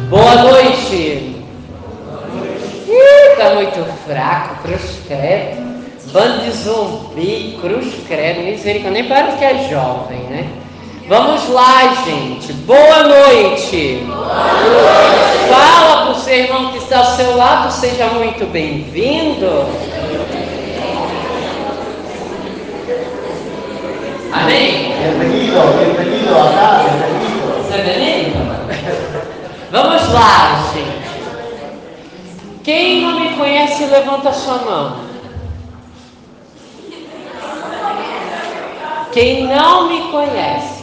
Boa noite. Tá muito fraco, cruz credo. Bando de zumbi, cruz credo, misericórdia. Nem parece que é jovem, né? Vamos lá, gente. Boa noite. Boa noite. Fala para o seu irmão que está ao seu lado, seja muito bem-vindo. Amém? Bem-vindo acá, bem-vindo. Você é bem-vindo? Vamos lá, gente. Quem não me conhece, levanta sua mão. Quem não me conhece,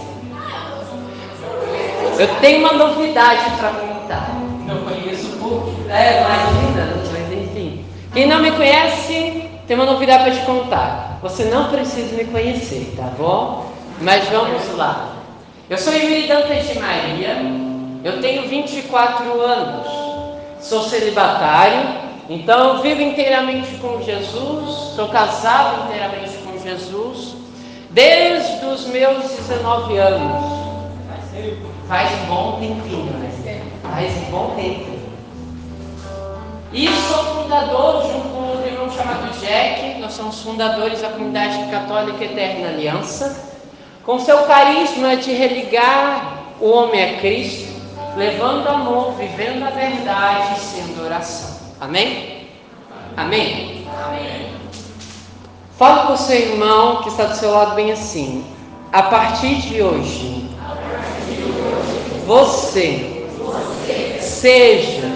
eu tenho uma novidade para contar. Não conheço pouco. Imagina, mas enfim. Quem não me conhece, tem uma novidade para te contar. Você não precisa me conhecer, tá bom? Mas vamos lá. Eu sou Yuri Dantas de Maria, eu tenho 24 anos, sou celibatário, então eu vivo inteiramente com Jesus, sou casado inteiramente com Jesus, desde os meus 19 anos. Faz um bom tempinho, né? Faz um bom tempinho. E sou fundador, junto com um irmão chamado Jack, nós somos fundadores da Comunidade Católica Eterna Aliança, com seu carisma de religar o homem a Cristo, levando amor, vivendo a verdade, sendo oração. Amém? Amém? Amém. Fala para o seu irmão que está do seu lado bem assim: a partir de hoje, você seja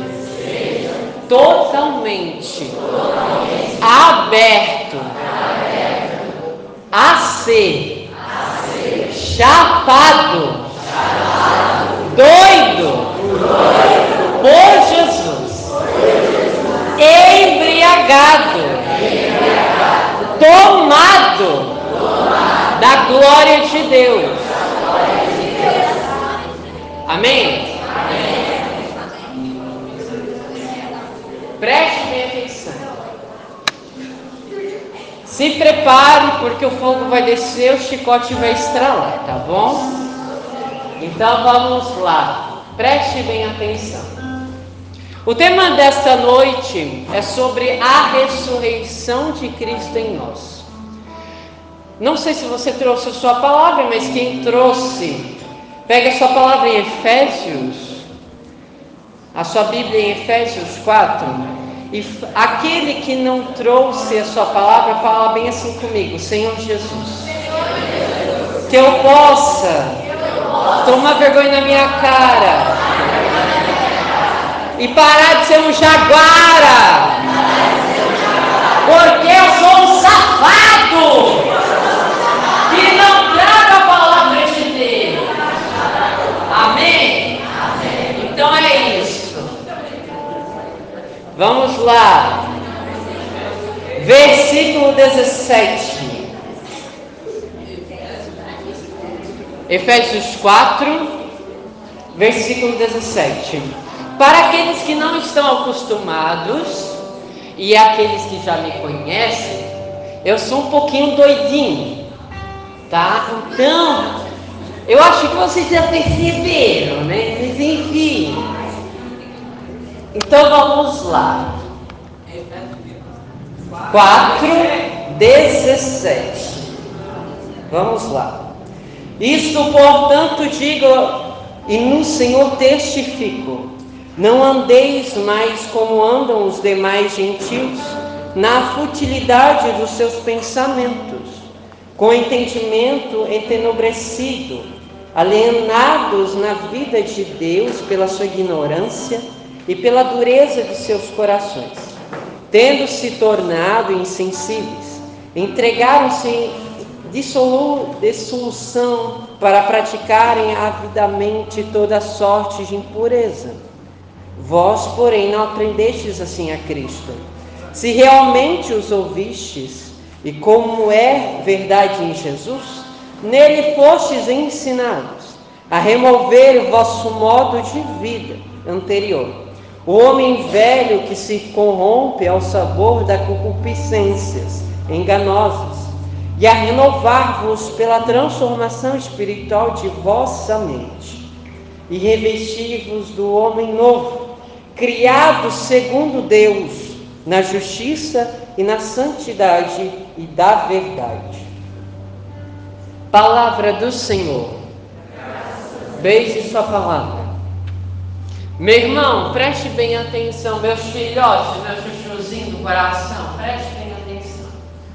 totalmente aberto a ser chapado, doido por Jesus, embriagado, tomado da glória de Deus. Amém? Preste bem atenção. Se prepare, porque o fogo vai descer, o chicote vai estralar, tá bom? Então vamos lá. Preste bem atenção. O tema desta noite é sobre a ressurreição de Cristo em nós. Não sei se você trouxe a sua palavra, mas quem trouxe, pega a sua palavra em Efésios, a sua Bíblia em Efésios 4. E aquele que não trouxe a sua palavra, fala bem assim comigo: Senhor Jesus, que eu possa tomar vergonha na minha cara e parar de ser um jaguara, porque eu sou um safado que não traga a palavra de Deus. Amém? Então é isso. Vamos lá. Versículo 17. Efésios 4, versículo 17. Para aqueles que não estão acostumados e aqueles que já me conhecem, eu sou um pouquinho doidinho, tá? Então, eu acho que vocês já perceberam, né? Mas enfim. Então vamos lá. 4:17. Vamos lá. Isto, portanto, digo e no Senhor testifico: não andeis mais como andam os demais gentios, na futilidade dos seus pensamentos, com entendimento entenebrecido, alienados na vida de Deus pela sua ignorância e pela dureza de seus corações, tendo se tornado insensíveis, entregaram-se em dissolução para praticarem avidamente toda sorte de impureza. Vós, porém, não aprendestes assim a Cristo. Se realmente os ouvistes, e como é verdade em Jesus, nele fostes ensinados a remover o vosso modo de vida anterior, o homem velho que se corrompe ao sabor das concupiscências enganosas, e a renovar-vos pela transformação espiritual de vossa mente, e revesti-vos do homem novo, criado segundo Deus, na justiça e na santidade e da verdade. Palavra do Senhor. Beije sua palavra. Meu irmão, preste bem atenção, meus filhotes, meu chuchuzinho do coração, preste bem atenção.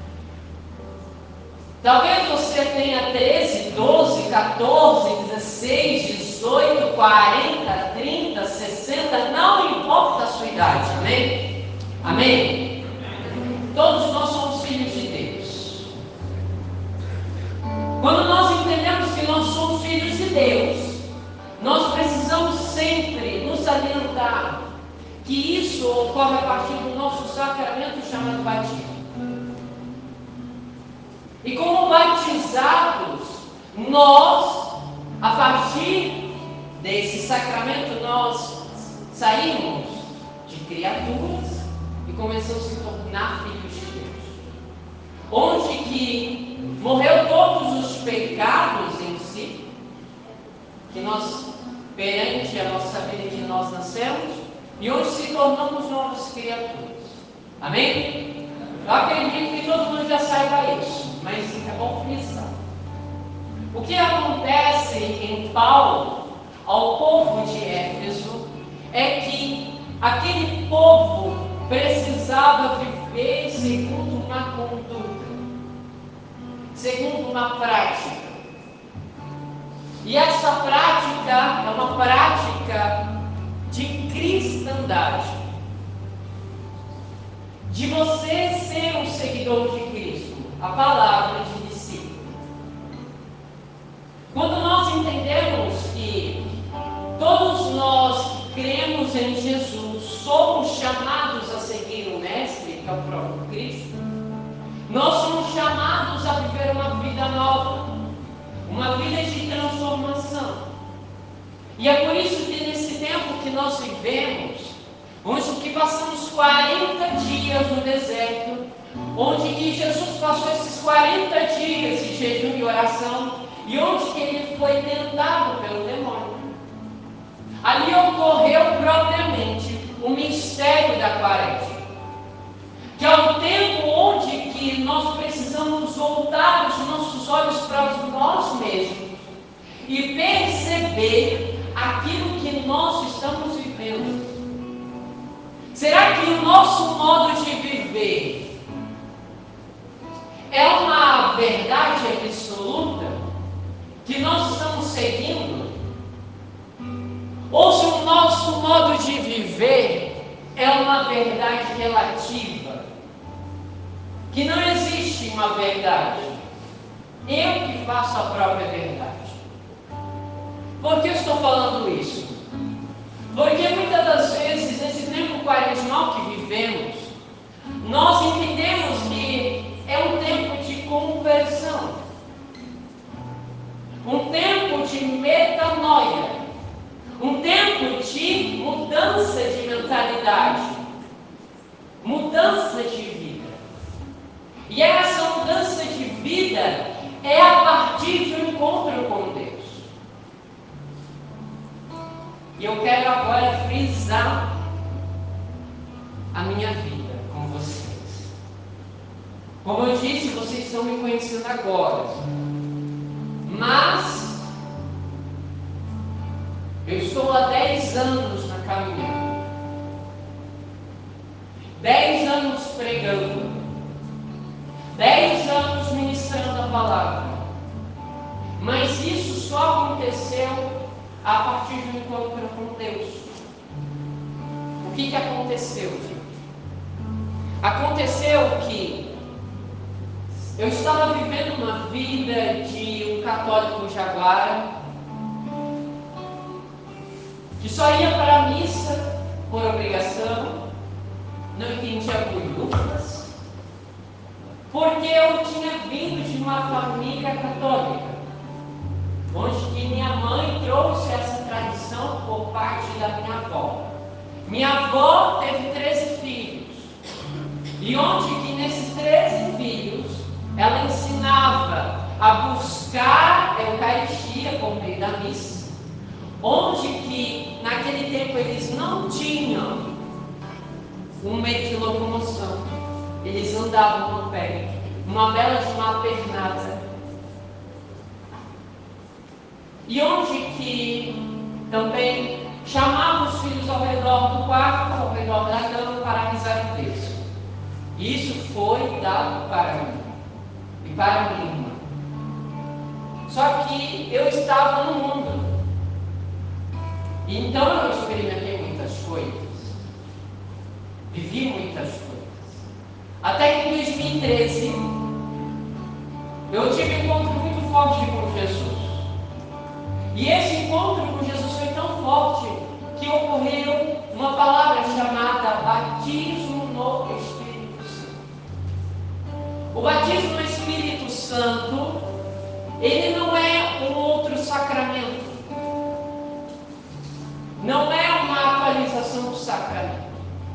Talvez você tenha 13, 12, 14, 16, 18, 40, 30, 60, não importa a sua idade, amém? Amém? Todos nós somos filhos de Deus. Quando nós entendemos que nós somos filhos de Deus, nós precisamos sempre nos alientar que isso ocorre a partir do nosso sacramento chamado batismo. E como batizados, nós, a partir desse sacramento, nós saímos de criaturas e começamos a se tornar filhos de Deus. Onde que morreu todos os pecados em si, que nós, perante a nossa vida que nós nascemos, e onde se tornamos novas criaturas. Amém? Eu acredito que todo mundo já saiba isso, mas é bom frisar. O que acontece em Paulo ao povo de Éfeso é que aquele povo precisava viver segundo uma conduta, segundo uma prática. E essa prática é uma prática de cristandade, de você ser um seguidor de Cristo, a palavra de discípulo. Quando nós entendemos que todos nós que cremos em Jesus somos chamados a seguir o Mestre, que é o próprio Cristo, nós somos chamados a viver uma vida nova, uma vida de transformação. E é por isso que nesse tempo que nós vivemos, onde que passamos 40 dias no deserto, onde que Jesus passou esses 40 dias de jejum e oração, e onde que ele foi tentado pelo demônio. Ali ocorreu propriamente o mistério da quaresma, que é o tempo onde que nós precisamos voltar os nossos olhos para nós mesmos e perceber aquilo que nós estamos vivendo. Será que o nosso modo de viver é uma verdade absoluta que nós estamos seguindo? Ou se o nosso modo de viver é uma verdade relativa, que não existe uma verdade, eu que faço a própria verdade? Por que eu estou falando isso? Porque muitas das vezes, nesse tempo quaresmal que vivemos, nós entendemos que é um tempo de conversão, um tempo de metanoia, um tempo de mudança de mentalidade, mudança de vida. E essa mudança de vida é a partir de um encontro com Deus. E eu quero agora frisar a minha vida com vocês. Como eu disse, vocês estão me conhecendo agora. Mas eu estou há 10 anos na caminhada. 10 anos pregando. 10 anos ministrando a palavra. Mas isso só aconteceu a partir do encontro com Deus. O que aconteceu, gente? Aconteceu que eu estava vivendo uma vida de um católico jaguara, que só ia para a missa por obrigação, não entendia bolhufas, porque eu tinha vindo de uma família católica, onde que minha mãe trouxe essa tradição por parte da minha avó. Minha avó teve 13 filhos, e onde que nesses 13 filhos, ela ensinava a buscar a Eucaristia por meio da missa, onde que naquele tempo eles não tinham um meio de locomoção, eles andavam no pé, uma bela de uma pernada, e onde que também chamavam os filhos ao redor do quarto, ao redor da cama, para rezar o texto. Isso foi dado para mim e para minha irmã. Só que eu estava no mundo, então eu experimentei muitas coisas, vivi muitas coisas, até que em 2013 eu tive um encontro muito forte com Jesus. E esse encontro com Jesus foi tão forte que ocorreu uma palavra chamada batismo no Espírito Santo. O batismo no Espírito Santo, ele não é um outro sacramento, não é uma atualização do sacramento,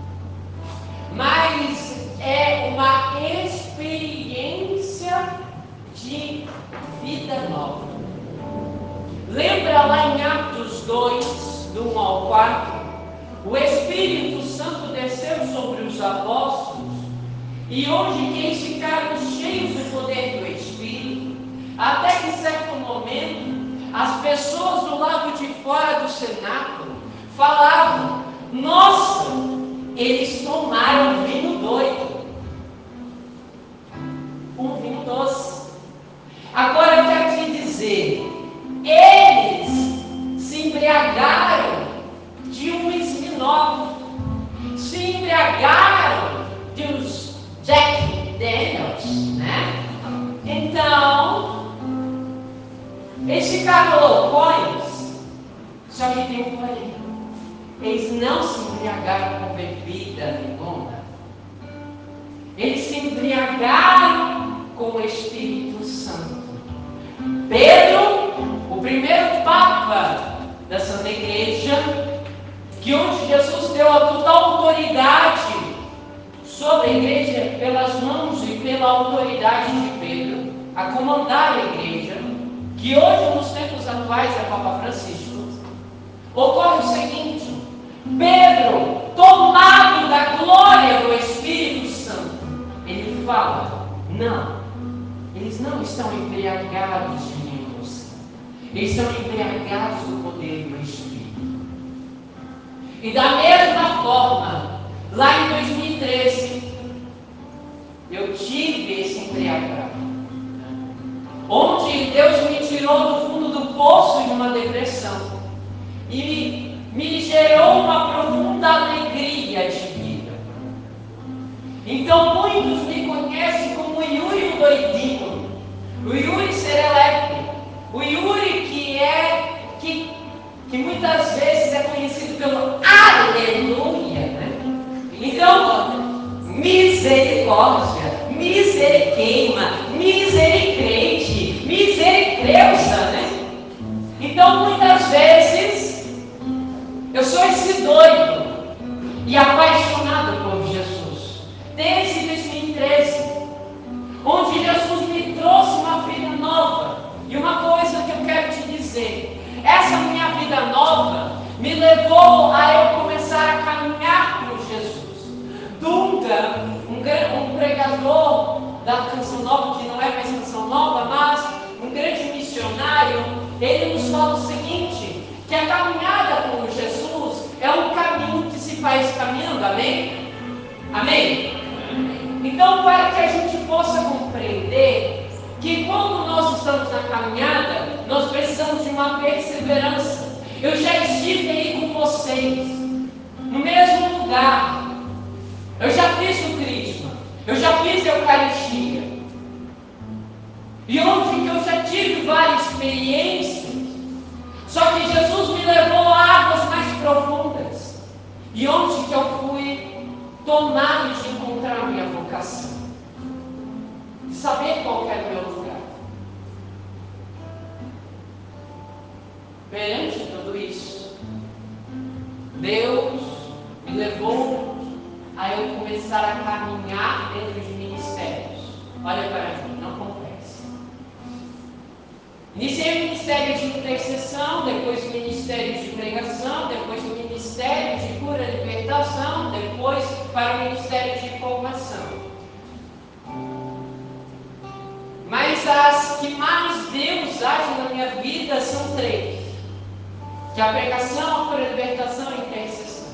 mas é uma experiência de vida nova. Lembra lá em Atos 2, do 1 ao 4, o Espírito Santo desceu sobre os apóstolos, e hoje eles ficaram cheios do poder do Espírito, até que em certo momento, as pessoas do lado de fora do cenáculo falavam: nossa, eles tomaram vinho doido, um vinho doce. Agora eu quero te dizer, eles se embriagaram de um Smirnoff, se embriagaram de uns Jack Daniels, né? Então, eles ficaram loucões. Só que tem um porém: eles não se embriagaram com bebida nenhuma, eles se embriagaram com o Espírito Santo. Pedro, o primeiro Papa da Santa Igreja, que onde Jesus deu a total autoridade sobre a igreja pelas mãos e pela autoridade de Pedro, a comandar a igreja, que hoje nos tempos atuais é Papa Francisco, ocorre o seguinte: Pedro, tomado da glória do Espírito Santo, ele fala: não, eles não estão embriagados de nenhum doce, eles estão embriagados do poder do Espírito. E da mesma forma, lá em 2013, eu tive esse embriagado, onde Deus me tirou do fundo do poço de uma depressão e me gerou uma profunda alegria de vida. Então muitos me conhecem como Yuri o doidinho, o Yuri serelepe, o Yuri que muitas vezes é conhecido pelo aleluia, né? Então, misericórdia, miseriqueima, misericrente, misericreusa, né? Então muitas vezes eu sou esse doido e apaixonado por Jesus, desde 2013, onde Jesus me trouxe uma vida nova. E uma coisa que eu quero te dizer: essa minha vida nova me levou a eu começar a caminhar com Jesus. Dunga, um pregador da Canção Nova, que não é mais Canção Nova, mas um grande missionário, ele nos fala o seguinte: que a caminhada com Jesus é um caminho que se faz caminhando. Amém? Amém? Então, para que a gente possa compreender que quando nós estamos na caminhada, nós precisamos de uma perseverança. Eu já estive aí com vocês, no mesmo lugar. Eu já fiz o Crisma, eu já fiz a Eucaristia, e onde que eu já tive várias experiências. Só que Jesus me levou a águas mais profundas, e onde que eu fui tomado de encontrar a minha vocação, de saber qual era o meu lugar. Perante tudo isso, Deus me levou a eu começar a caminhar dentro de ministérios. Olha para mim, não confesse. Iniciei o ministério de intercessão, depois o ministério de pregação, depois o ministério de cura e libertação, depois para o ministério de formação. Mas as que mais Deus age na minha vida são 3. Que é a pregação, a cura e libertação e a intercessão.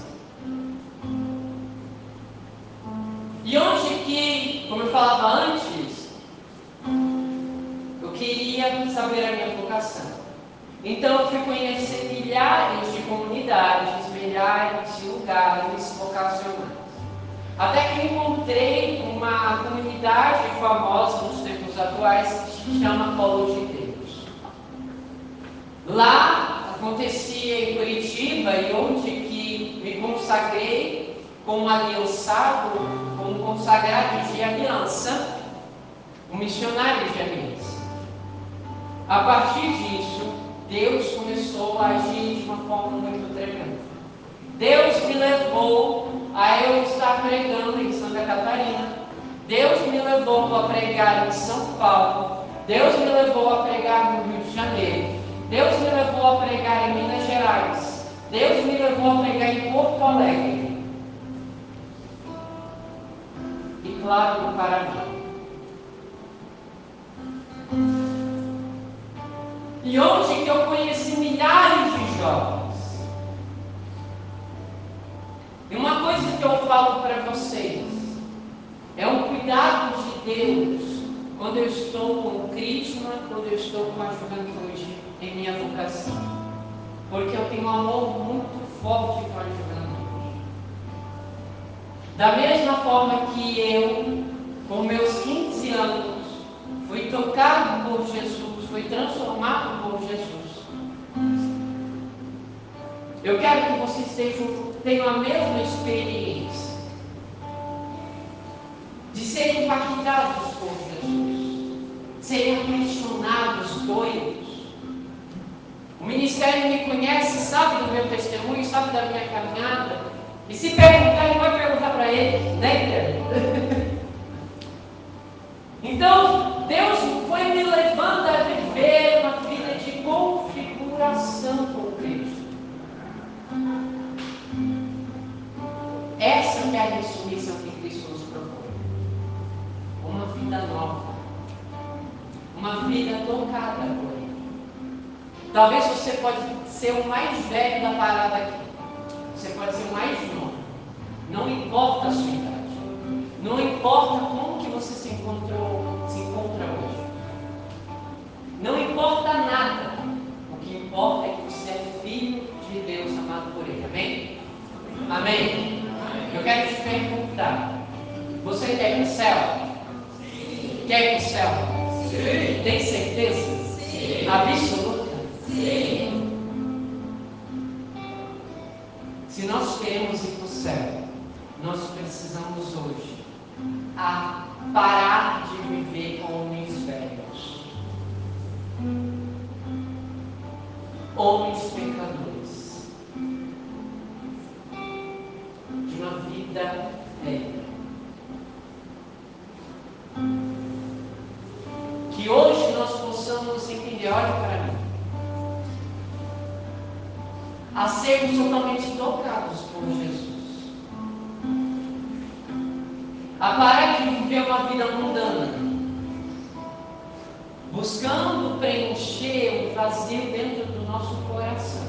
E onde que, como eu falava antes, eu queria saber a minha vocação. Então eu fui conhecer milhares de comunidades, milhares de lugares vocacionais. Até que encontrei uma comunidade famosa nos tempos atuais que se chama Colo de Deus. Lá acontecia em Curitiba e onde que me consagrei como aliançado, como consagrado de aliança, um missionário de aliança. A partir disso, Deus começou a agir de uma forma muito tremenda. Deus me levou a eu estar pregando em Santa Catarina. Deus me levou a pregar em São Paulo. Deus me levou a pregar no Rio de Janeiro. Deus me levou a pregar em Minas Gerais. Deus me levou a pregar em Porto Alegre. E claro, no Paraná. E onde que eu conheci milhares de jovens. E uma coisa que eu falo para vocês, é um cuidado de Deus quando eu estou com crisma, quando eu estou com a juventude em minha vocação. Porque eu tenho um amor muito forte com a juventude. Da mesma forma que eu, com meus 15 anos, fui tocado por Jesus, fui transformado por Jesus. Eu quero que vocês tenham a mesma experiência de serem impactados por Jesus, serem apaixonados, doidos. O ministério me conhece, sabe do meu testemunho, sabe da minha caminhada. E se perguntar, ele vai perguntar para ele, né, Guilherme? Então, Deus foi me levando a viver uma vida de configuração com Cristo. Essa é a ressurreição que Cristo nos propõe. Uma vida nova. Uma vida tocada por Ele. Talvez você pode ser o mais velho da parada aqui. Você pode ser o mais novo. Não importa a sua idade. Não importa como que você se encontra hoje. Não importa nada. O que importa é que você é filho de Deus amado por Ele. Amém? Amém? Eu quero te perguntar. Você quer ir para o céu? Sim. Quer ir para o céu? Sim. Tem certeza? Sim. Absoluta? Sim. Se nós queremos ir para o céu, nós precisamos hoje parar de viver como homens velhos, homens pecadores, de uma vida velha. Que hoje nós possamos entender, olha para mim, a sermos totalmente tocados por Jesus. A parar de viver uma vida mundana, buscando preencher um vazio dentro do nosso coração,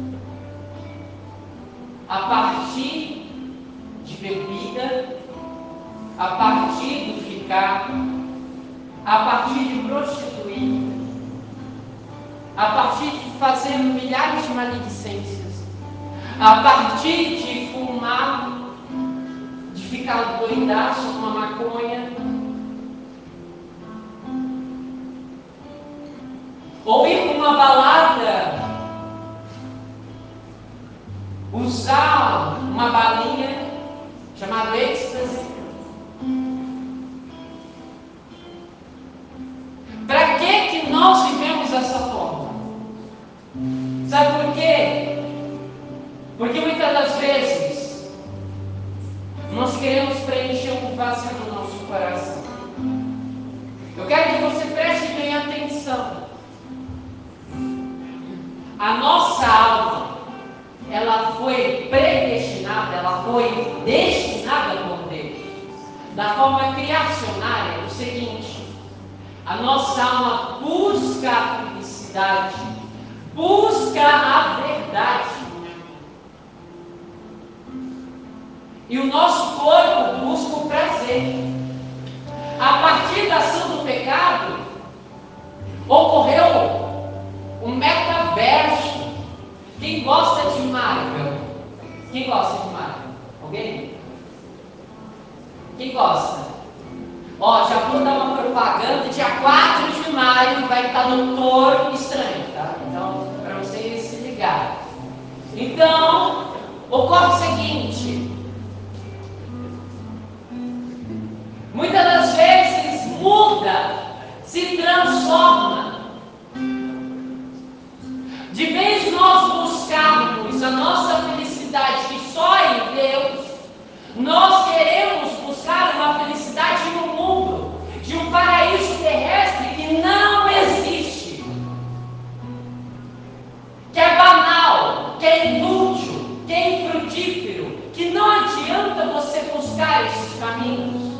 a partir de bebida, a partir do ficar, a partir de prostituir, a partir de fazer milhares de maledicências, a partir de fumar, de ficar doidaço com uma maconha, ou ir para uma balada, usar uma balinha chamada êxtase. Para que nós vivemos dessa forma? Sabe por quê? Porque muitas das vezes nós queremos preencher um vazio do nosso coração. Eu quero que você preste bem atenção. A nossa alma, ela foi predestinada, ela foi destinada por Deus, da forma criacionária, o seguinte: a nossa alma busca a felicidade, busca a verdade, e o nosso corpo busca o prazer. A partir da ação do pecado, ocorreu um metaverso. Quem gosta de Marvel? Quem gosta de Marvel? Alguém? Quem gosta? Ó, já vou dar uma propaganda. Dia 4 de maio vai estar no Doutor Estranho, tá? Então, para vocês se ligarem. Então, ocorre o seguinte: muitas das vezes muda, se transforma. De vez em nós buscarmos a nossa felicidade que só em Deus, nós queremos buscar uma felicidade no mundo, de um paraíso terrestre que não existe, que é banal, que é inútil, que é infrutífero, que não adianta você buscar esses caminhos.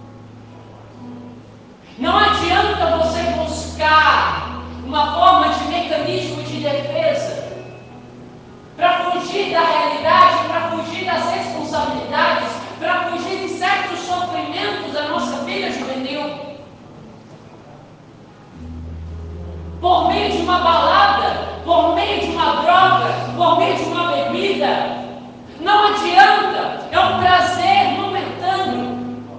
Não adianta você buscar uma forma de mecanismo de defesa para fugir da realidade, para fugir das responsabilidades, para fugir de certos sofrimentos da nossa vida juvenil. Por meio de uma balada, por meio de uma droga, por meio de uma bebida. Não adianta, é um prazer momentâneo.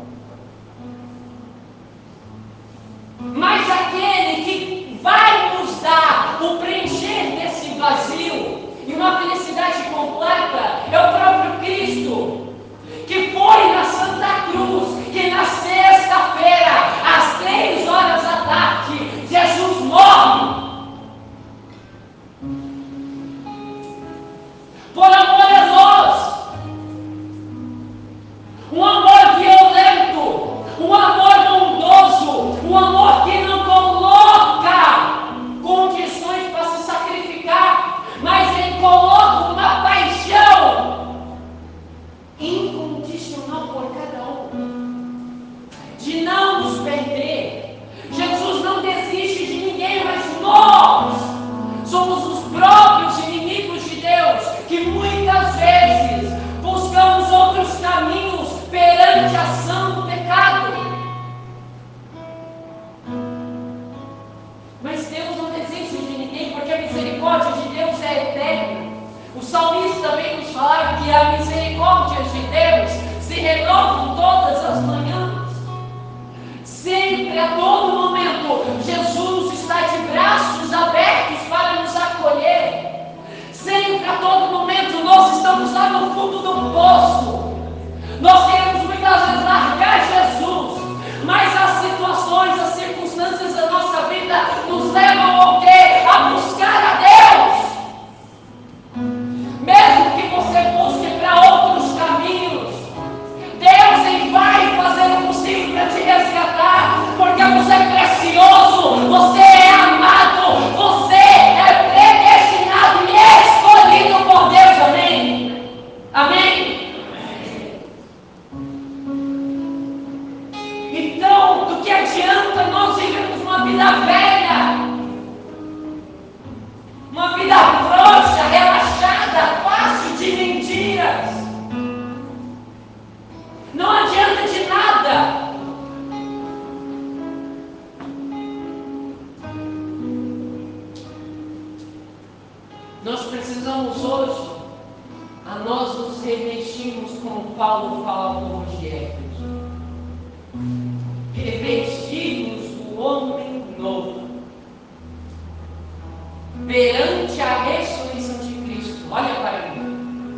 Mas aquele que vai nos dar o preencher desse vazio e uma felicidade completa é o próprio Cristo, que foi na Santa Cruz, que na sexta-feira, às 3 horas da tarde, Jesus morre por amor a nós. Um amor violento, um amor bondoso, um amor que não coloca condições para se sacrificar, mas ele coloca uma paixão incondicional por cada um, de não nos perder. Jesus não desiste de ninguém, mas nós somos os próprios inimigos de Deus, que muitas vezes buscamos outros caminhos perante a ação do pecado. Mas Deus não desiste de ninguém, porque a misericórdia de Deus é eterna. Os salmistas também nos falaram que a misericórdia de Deus se renovam todas as manhãs. Sempre, a todo momento, Jesus está de braços abertos para nos acolher. Sempre, a todo momento, nós estamos lá no fundo do poço. Nós queremos muitas vezes largar Jesus, mas as situações, as circunstâncias da nossa vida nos levam ao quê? A buscar a Deus. Mesmo que você busque para outros caminhos, Deus ele vai fazer o possível para te resgatar, porque você é precioso, você é amado, você é predestinado e escolhido por Deus. Amém? Amém? Então, do que adianta nós vivermos uma vida velha, uma vida frouxa, relaxada, fácil de mentiras? Não adianta de nada. Nós precisamos hoje, a nós nos revestirmos como Paulo fala hoje de Éfeso. Revestirmos do homem novo perante a ressurreição de Cristo. Olha para mim.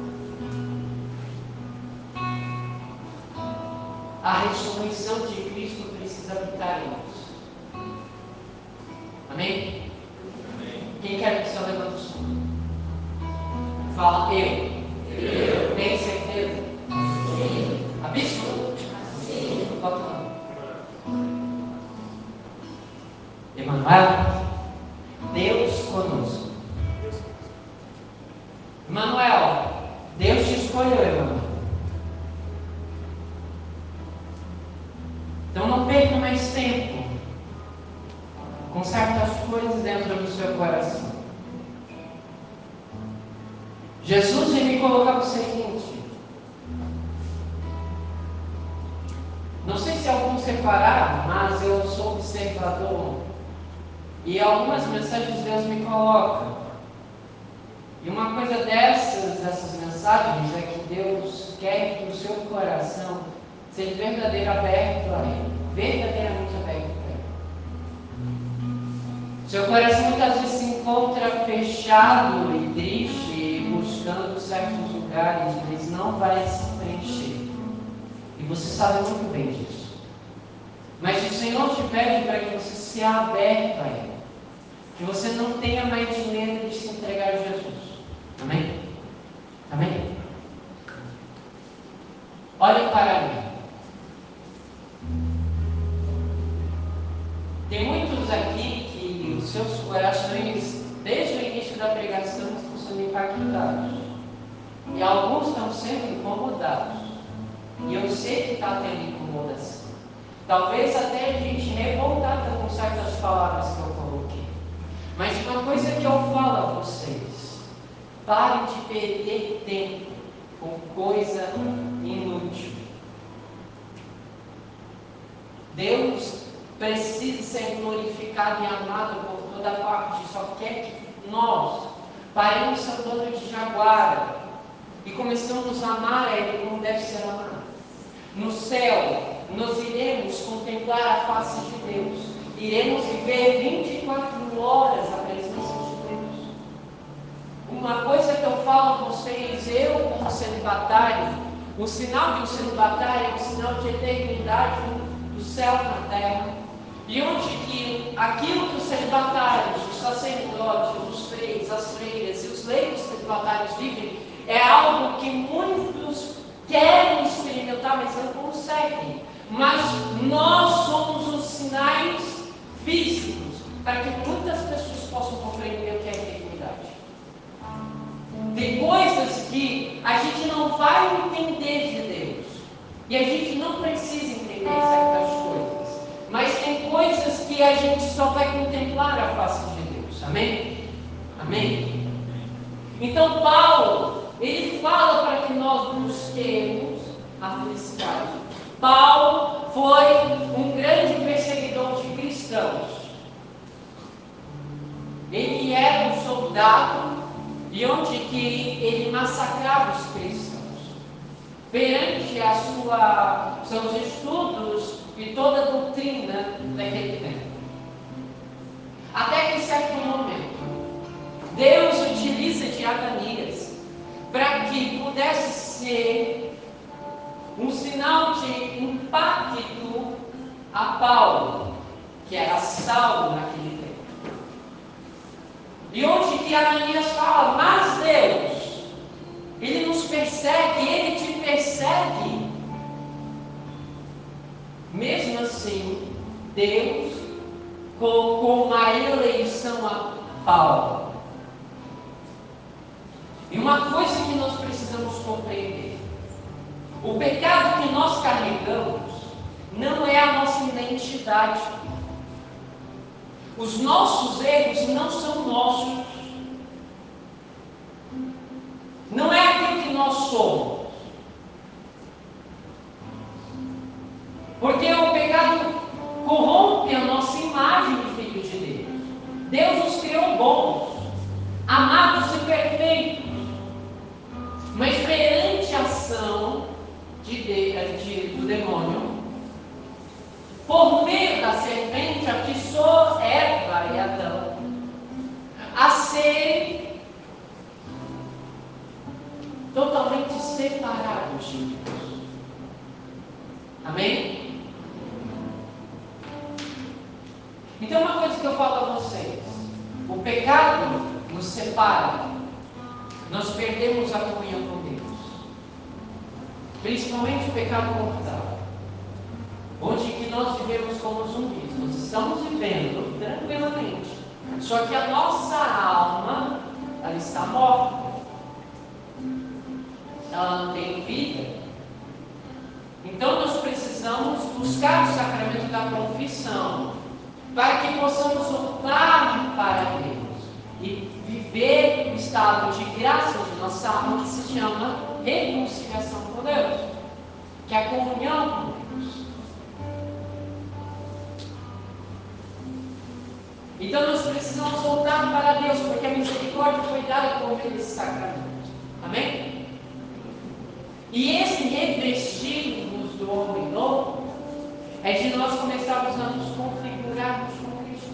A ressurreição de Cristo precisa habitar em nós. Amém? Amém. Quem quer que o Senhor levante o som? Fala, eu. Tem certeza? Sim. Absurdo? Sim. Bota lá. Emanuel, Deus conosco. com certas coisas dentro do seu coração. Jesus me colocava o seguinte: não sei se alguns repararam, mas eu sou observador e algumas mensagens Deus me coloca. E uma coisa dessas mensagens é que Deus quer que o seu coração seja verdadeiramente aberto a Ele. Verdadeiramente aberto a Ele. Seu coração muitas vezes se encontra fechado e triste, buscando certos lugares, mas não vai se preencher. E você sabe muito bem disso. Mas o Senhor te pede para que você seja aberto a Ele. Que você não tenha mais medo de se entregar a Jesus. Amém? Amém? Olhem para mim. Tem muitos aqui que os seus corações, desde o início da pregação, estão sendo impactados. E alguns estão sendo incomodados. E eu sei que está tendo incomodação. Talvez até a gente revoltada com certas palavras que eu coloquei. Mas uma coisa que eu falo a vocês: pare de perder tempo com coisa inútil. Deus precisa ser glorificado e amado por toda parte. Só quer que nós paremos seu dono de jaguar e começamos a amar a Ele como deve ser amado. No céu, nós iremos contemplar a face de Deus. Iremos viver 24 horas a presença de Deus. Uma coisa que eu falo a vocês, eu como celibatário, o sinal de um celibatário é um sinal de eternidade do céu na terra. E onde que aquilo que os celibatários, os sacerdotes, os freis, as freiras e os leigos celibatários vivem, é algo que muitos querem experimentar, mas não conseguem. Mas nós somos os sinais físicos para que muitas pessoas possam compreender o que é a eternidade. Tem coisas que a gente não vai entender de Deus. E a gente não precisa entender certas coisas. Mas tem coisas que a gente só vai contemplar a face de Deus. Amém? Amém? Então Paulo, ele fala para que nós busquemos a felicidade. Paulo foi um grande perseguidor de cristãos. Ele era um soldado e onde que ele massacrava os cristãos. Perante seus estudos e toda a doutrina daquele tempo. Até que em certo momento, Deus utiliza de Ananias para que pudesse ser um sinal de impacto a Paulo, que era Saulo naquele tempo. E onde que Ananias fala: mas Deus, Ele nos persegue, Ele te persegue. Mesmo assim, Deus colocou uma eleição a Paulo. E uma coisa que nós precisamos compreender: o pecado que nós carregamos não é a nossa identidade. Os nossos erros não são nossos. Não é aquilo que nós somos. Porque o pecado corrompe a nossa imagem de filho de Deus. Deus nos criou bons, amados e perfeitos. Mas perante a ação do demônio, por meio da serpente, atiçou Eva e Adão a serem totalmente separados de Deus. Amém? Então, uma coisa que eu falo a vocês: o pecado nos separa, nós perdemos a comunhão com Deus. Principalmente o pecado mortal, onde que nós vivemos como zumbis. Nós estamos vivendo tranquilamente, só que a nossa alma, ela está morta, ela não tem vida. Então nós precisamos buscar o sacramento da confissão para que possamos voltar para Deus e viver o estado de graça de nossa alma, que se chama reconciliação com Deus, que é a comunhão com Deus. Então nós precisamos voltar para Deus, porque a misericórdia foi dada por meio desse sacramento. Amém? E esse revestir-nos do homem novo é de nós começarmos a nos configurarmos com Cristo,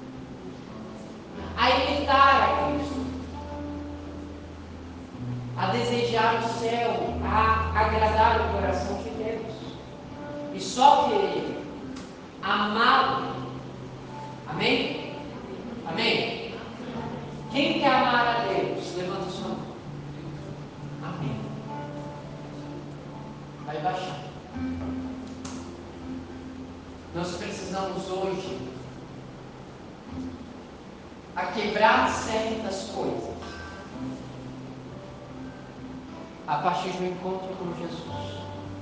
a imitar a Cristo, a desejar o céu, a agradar o coração de Deus, e só querer amá-lo. Amém? Amém? Quem quer amar a Deus? Levanta sua mão. Amém. Vai baixar. Nós precisamos hoje a quebrar certas coisas a partir do encontro com Jesus.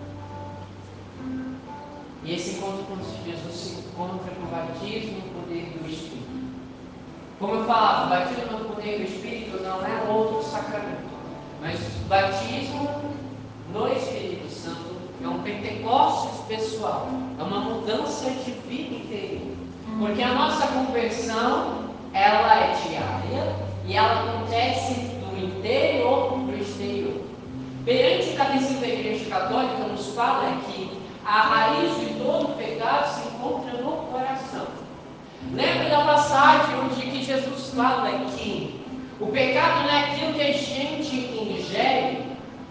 E esse encontro com Jesus se encontra com o batismo no poder do Espírito. Como eu falava, o batismo no poder do Espírito não é outro sacramento, mas o batismo no Espírito Santo é um Pentecostes pessoal, é uma mudança de vida interior. Porque a nossa conversão, ela é diária e ela acontece do interior para o exterior. Perante o Catecismo da Igreja Católica nos fala que a raiz de todo pecado se encontra no coração. Lembra da passagem onde que Jesus fala que o pecado não é aquilo que a gente ingere,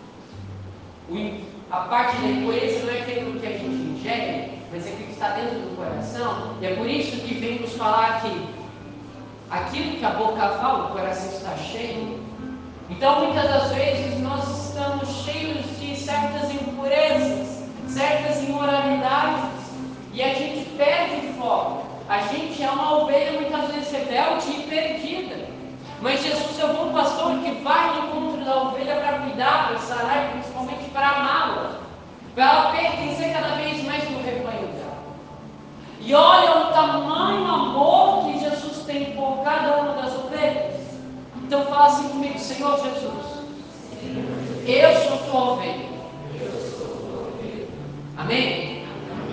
a parte da impureza não é aquilo que a gente ingere, mas é aquilo que está dentro do coração. E é por isso que vem nos falar que aquilo que a boca fala, o coração está cheio. Então muitas das vezes nós estamos cheios de certas impurezas, certas imoralidades, e a gente perde o foco. A gente é uma ovelha muitas vezes rebelde e perdida. Mas Jesus é o bom pastor que vai ao encontro da ovelha para cuidar, para sarar e principalmente para amá-la, para ela pertencer cada vez mais no rebanho dela. E olha o tamanho amor que Jesus tem por cada uma das ovelhas. Então fala assim comigo: Senhor Jesus, eu sou tua ovelha. Amém?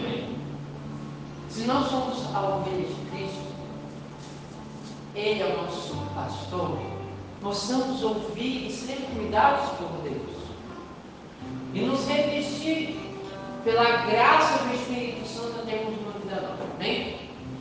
Se nós somos a ovelha de Cristo, Ele é o nosso pastor, possamos ouvir e ser cuidados por Deus e nos revestir pela graça do Espírito Santo a termos uma vida nova. Amém?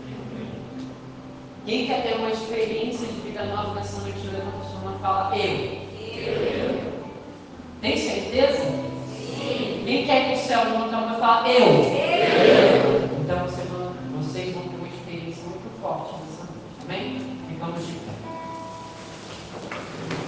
Quem quer ter uma experiência de vida nova nessa noite, levanta a sua mão e fala: eu. Tem certeza? Sim. Quem quer ir para o céu, levanta a mão e fala: eu. Então vocês vão ter uma experiência muito forte nessa noite. Amém? Ficamos de pé.